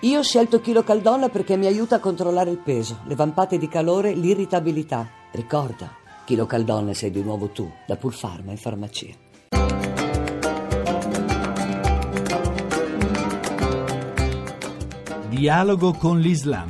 Io ho scelto KiloCaldon perché mi aiuta a controllare il peso, le vampate di calore, l'irritabilità. Ricorda, KiloCaldon sei di nuovo tu, da Pulpharma in farmacia. Dialogo con l'Islam.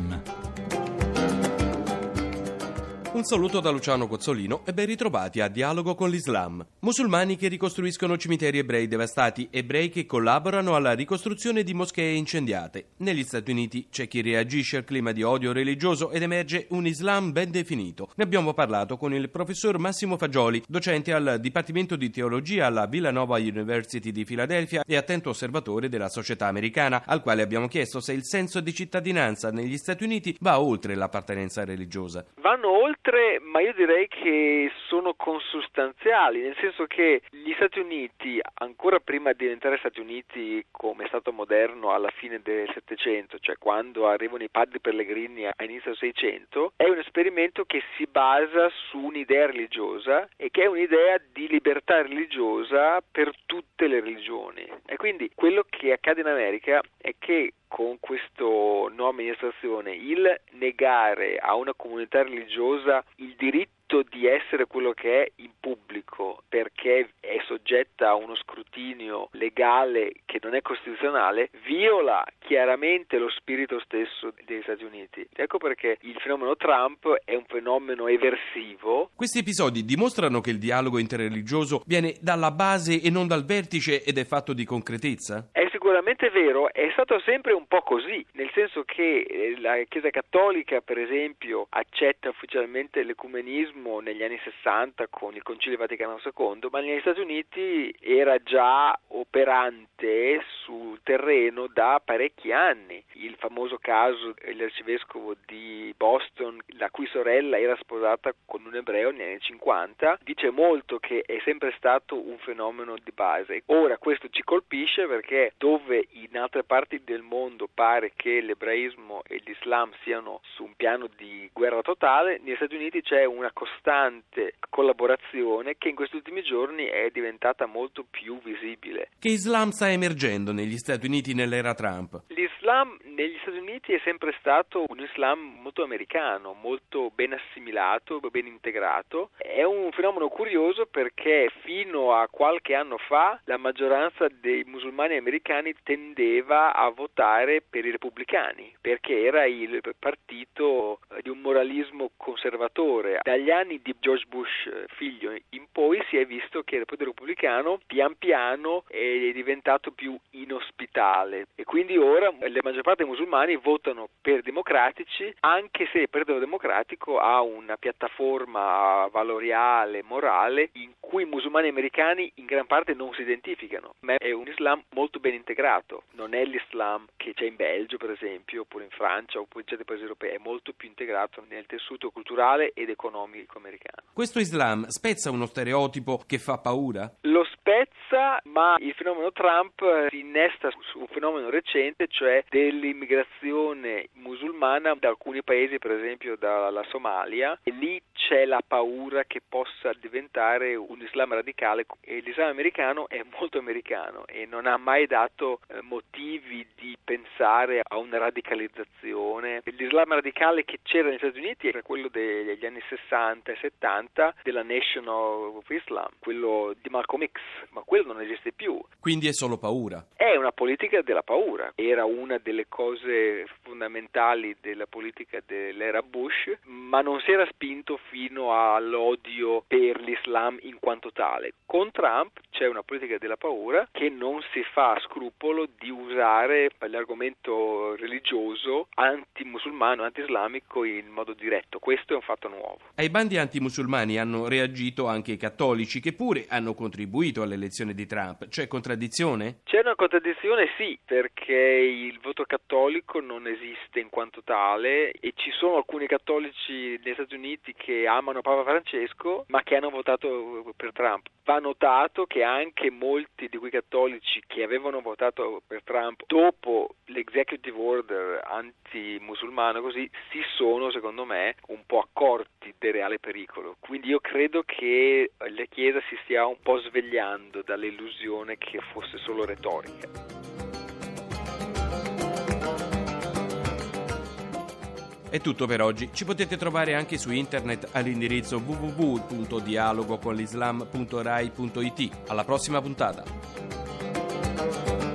Un saluto da Luciano Cozzolino e ben ritrovati a Dialogo con l'Islam. Musulmani che ricostruiscono cimiteri ebrei devastati, ebrei che collaborano alla ricostruzione di moschee incendiate. Negli Stati Uniti c'è chi reagisce al clima di odio religioso ed emerge un Islam ben definito. Ne abbiamo parlato con il professor Massimo Fagioli, docente al Dipartimento di Teologia alla Villanova University di Filadelfia e attento osservatore della società americana, al quale abbiamo chiesto se il senso di cittadinanza negli Stati Uniti va oltre l'appartenenza religiosa. Vanno oltre, ma io direi che sono consustanziali, nel senso che gli Stati Uniti, ancora prima di diventare Stati Uniti come Stato moderno alla fine del Settecento, cioè quando arrivano i padri pellegrini a inizio Seicento, è un esperimento che si basa su un'idea religiosa e che è un'idea di libertà religiosa per tutte le religioni. E quindi quello che accade in America è che con questa nuova amministrazione il negare a una comunità religiosa il diritto di essere quello che è in pubblico perché è soggetta a uno scrutinio legale che non è costituzionale viola chiaramente lo spirito stesso degli Stati Uniti. Ecco perché il fenomeno Trump è un fenomeno eversivo. Questi episodi dimostrano che il dialogo interreligioso viene dalla base e non dal vertice ed è fatto di concretezza? È sicuramente vero, è stato sempre un po' così, nel senso che la Chiesa Cattolica, per esempio, accetta ufficialmente l'ecumenismo negli anni 60 con il Concilio Vaticano II, ma negli Stati Uniti era già operante sul terreno da parecchi anni. Il famoso caso dell'arcivescovo di Boston, la cui sorella era sposata con un ebreo negli anni 50, dice molto che è sempre stato un fenomeno di base. Ora questo ci colpisce perché dove in altre parti del mondo pare che l'ebraismo e l'Islam siano su un piano di guerra totale, negli Stati Uniti c'è una costante collaborazione che in questi ultimi giorni è diventata molto più visibile. Che Islam sta emergendo negli Stati Uniti nell'era Trump? L'Islam negli Stati Uniti è sempre stato un Islam molto americano, molto ben assimilato, ben integrato. È un fenomeno curioso perché fino a qualche anno fa la maggioranza dei musulmani americani tendeva a votare per i repubblicani perché era il partito di un moralismo conservatore. Dagli anni di George Bush figlio in poi si è visto che il partito repubblicano pian piano è diventato più inospitale e quindi ora la maggior parte dei musulmani votano per democratici, anche se il Partito Democratico ha una piattaforma valoriale, morale, in cui i musulmani americani in gran parte non si identificano, ma è un Islam molto ben integrato, non è l'Islam che c'è in Belgio per esempio, oppure in Francia, oppure in certi paesi europei, è molto più integrato nel tessuto culturale ed economico americano. Questo Islam spezza uno stereotipo che fa paura? Lo spezza, ma il fenomeno Trump si innesta su un fenomeno recente, cioè dell'immigrazione musulmana da alcuni paesi, per esempio dalla Somalia, e lì c'è la paura che possa diventare un Islam radicale e l'Islam americano è molto americano e non ha mai dato motivi di pensare a una radicalizzazione. L'Islam radicale che c'era negli Stati Uniti era quello degli anni 60 e 70 della Nation of Islam, quello di Malcolm X, ma quello non esiste più. Quindi è solo paura? È una politica della paura. Era una delle cose fondamentali della politica dell'era Bush, ma non si era spinto fino all'odio per l'Islam in quanto tale. Con Trump c'è una politica della paura che non si fa scrupolo di usare l'argomento religioso anti-musulmano, anti-islamico in modo diretto. Questo è un fatto nuovo. Ai bandi anti-musulmani hanno reagito anche i cattolici, che pure hanno contribuito all'elezione di Trump. C'è contraddizione? C'è una contraddizione, sì, perché il voto cattolico non esiste in quanto tale e ci sono alcuni cattolici negli Stati Uniti che amano Papa Francesco ma che hanno votato per Trump. Va notato che anche molti di quei cattolici che avevano votato per Trump dopo l'executive order anti-musulmano così si sono, secondo me, un po' accorti del reale pericolo. Quindi io credo che la Chiesa si stia un po' svegliando dall'illusione che fosse solo retorica. È tutto per oggi, ci potete trovare anche su internet all'indirizzo www.dialogoconlislam.rai.it. Alla prossima puntata!